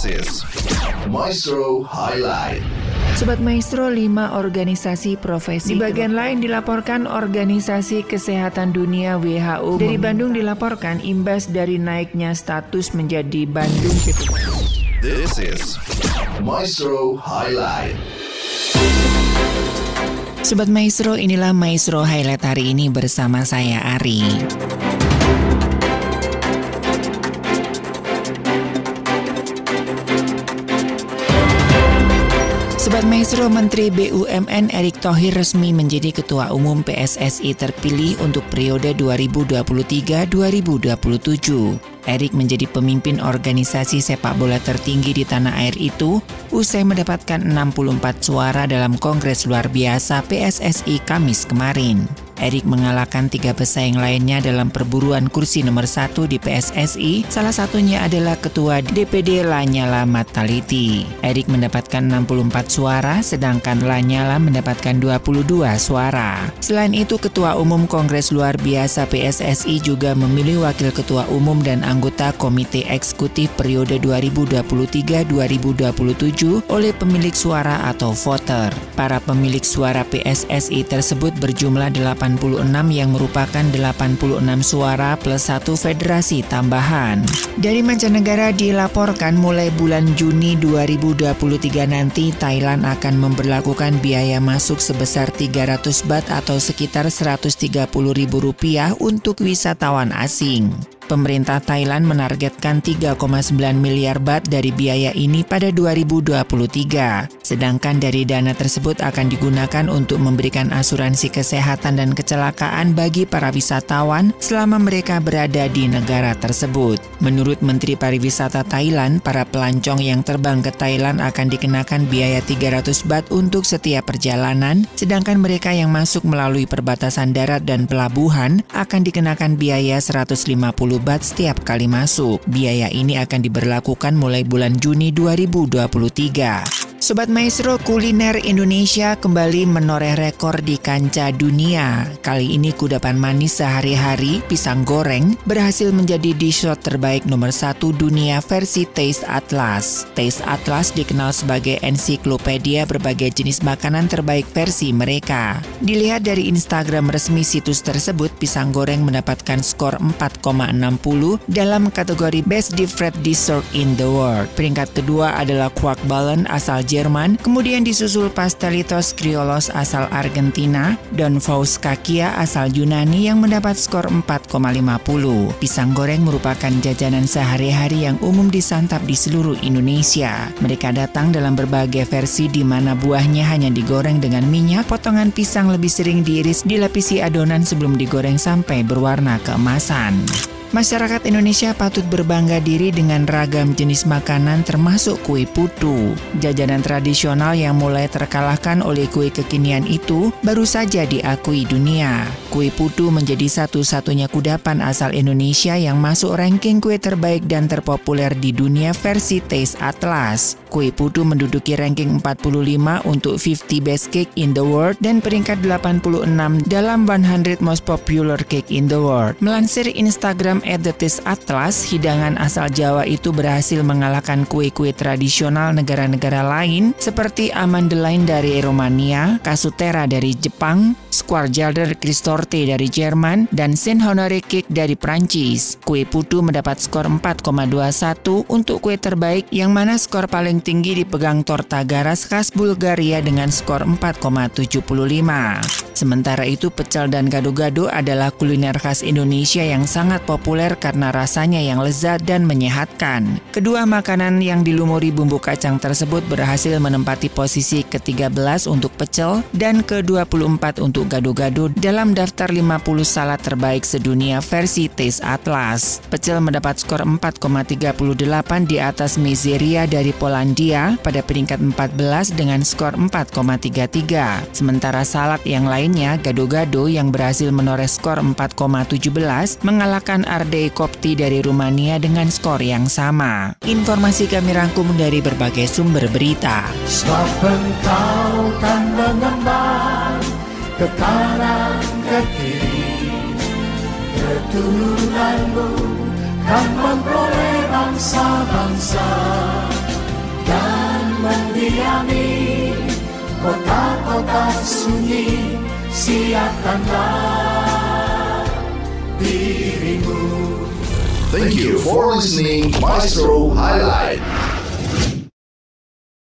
is Maestro Highlight. Sobat Maestro, 5 organisasi profesi. Di bagian lain dilaporkan Organisasi Kesehatan Dunia WHO dari Bandung dilaporkan imbas dari naiknya status menjadi Bandung. This is Maestro Highlight. Sobat Maestro, inilah Maestro Highlight hari ini bersama saya Ari. Sobat Maestro, Menteri BUMN Erick Thohir resmi menjadi Ketua Umum PSSI terpilih untuk periode 2023-2027. Erick menjadi pemimpin organisasi sepak bola tertinggi di tanah air itu usai mendapatkan 64 suara dalam Kongres Luar Biasa PSSI Kamis kemarin. Erick mengalahkan 3 pesaing lainnya dalam perburuan kursi nomor 1 di PSSI, salah satunya adalah Ketua DPD Lanyala Mataliti. Erick mendapatkan 64 suara, sedangkan Lanyala mendapatkan 22 suara. Selain itu, Ketua Umum Kongres Luar Biasa PSSI juga memilih Wakil Ketua Umum dan anggota Komite Eksekutif periode 2023-2027 oleh pemilik suara atau voter. Para pemilik suara PSSI tersebut berjumlah 86 yang merupakan 86 suara plus 1 federasi tambahan. Dari mancanegara dilaporkan mulai bulan Juni 2023 nanti Thailand akan memberlakukan biaya masuk sebesar 300 baht atau sekitar Rp130.000 untuk wisatawan asing. Pemerintah Thailand menargetkan 3,9 miliar baht dari biaya ini pada 2023. Sedangkan dari dana tersebut akan digunakan untuk memberikan asuransi kesehatan dan kecelakaan bagi para wisatawan selama mereka berada di negara tersebut. Menurut Menteri Pariwisata Thailand, para pelancong yang terbang ke Thailand akan dikenakan biaya 300 baht untuk setiap perjalanan, sedangkan mereka yang masuk melalui perbatasan darat dan pelabuhan akan dikenakan biaya 150 baht setiap kali masuk. Biaya ini akan diberlakukan mulai bulan Juni 2023. Sobat Maestro, kuliner Indonesia kembali menoreh rekor di kancah dunia. Kali ini kudapan manis sehari-hari, pisang goreng, berhasil menjadi dessert terbaik nomor 1 dunia versi Taste Atlas. Taste Atlas dikenal sebagai ensiklopedia berbagai jenis makanan terbaik versi mereka. Dilihat dari Instagram resmi situs tersebut, pisang goreng mendapatkan skor 4,60 dalam kategori Best Different Dessert in the World. Peringkat kedua adalah Quarkballen asal Jerman, kemudian disusul Pastelitos Criollos asal Argentina dan Fauskakia asal Yunani yang mendapat skor 4,50. Pisang goreng merupakan jajanan sehari-hari yang umum disantap di seluruh Indonesia. Mereka datang dalam berbagai versi di mana buahnya hanya digoreng dengan minyak, potongan pisang lebih sering diiris dilapisi adonan sebelum digoreng sampai berwarna keemasan. Masyarakat Indonesia patut berbangga diri dengan ragam jenis makanan termasuk kue putu. Jajanan tradisional yang mulai terkalahkan oleh kue kekinian itu baru saja diakui dunia. Kue putu menjadi satu-satunya kudapan asal Indonesia yang masuk ranking kue terbaik dan terpopuler di dunia versi Taste Atlas. Kue putu menduduki ranking 45 untuk 50 Best Cake in the World dan peringkat 86 dalam 100 Most Popular Cake in the World. Melansir Instagram @TasteAtlas, hidangan asal Jawa itu berhasil mengalahkan kue-kue tradisional negara-negara lain seperti Amandelein dari Romania, Casutera dari Jepang, Squarjalder Cristorte dari Jerman, dan Saint Honoré Cake dari Prancis. Kue putu mendapat skor 4,21 untuk kue terbaik, yang mana skor paling tinggi dipegang torta garas khas Bulgaria dengan skor 4,75. Sementara itu, pecel dan gado-gado adalah kuliner khas Indonesia yang sangat populer karena rasanya yang lezat dan menyehatkan. Kedua makanan yang dilumuri bumbu kacang tersebut berhasil menempati posisi ke-13 untuk pecel dan ke-24 untuk gado-gado dalam daftar 50 salad terbaik sedunia versi Taste Atlas. Pecel mendapat skor 4,38 di atas Miseria dari Polandia pada peringkat 14 dengan skor 4,33. Sementara salad yang lainnya, gado-gado yang berhasil menoreh skor 4,17 mengalahkan Ardei Kopti dari Rumania dengan skor yang sama. Informasi kami rangkum dari berbagai sumber berita. Sebab engkau kan mengembang ke kanan ke kiri, keturunanmu kan memperoleh bangsa-bangsa. kami, kota-kota sunyi, siapkanlah dirimu. Thank you for listening Maestro Highlight.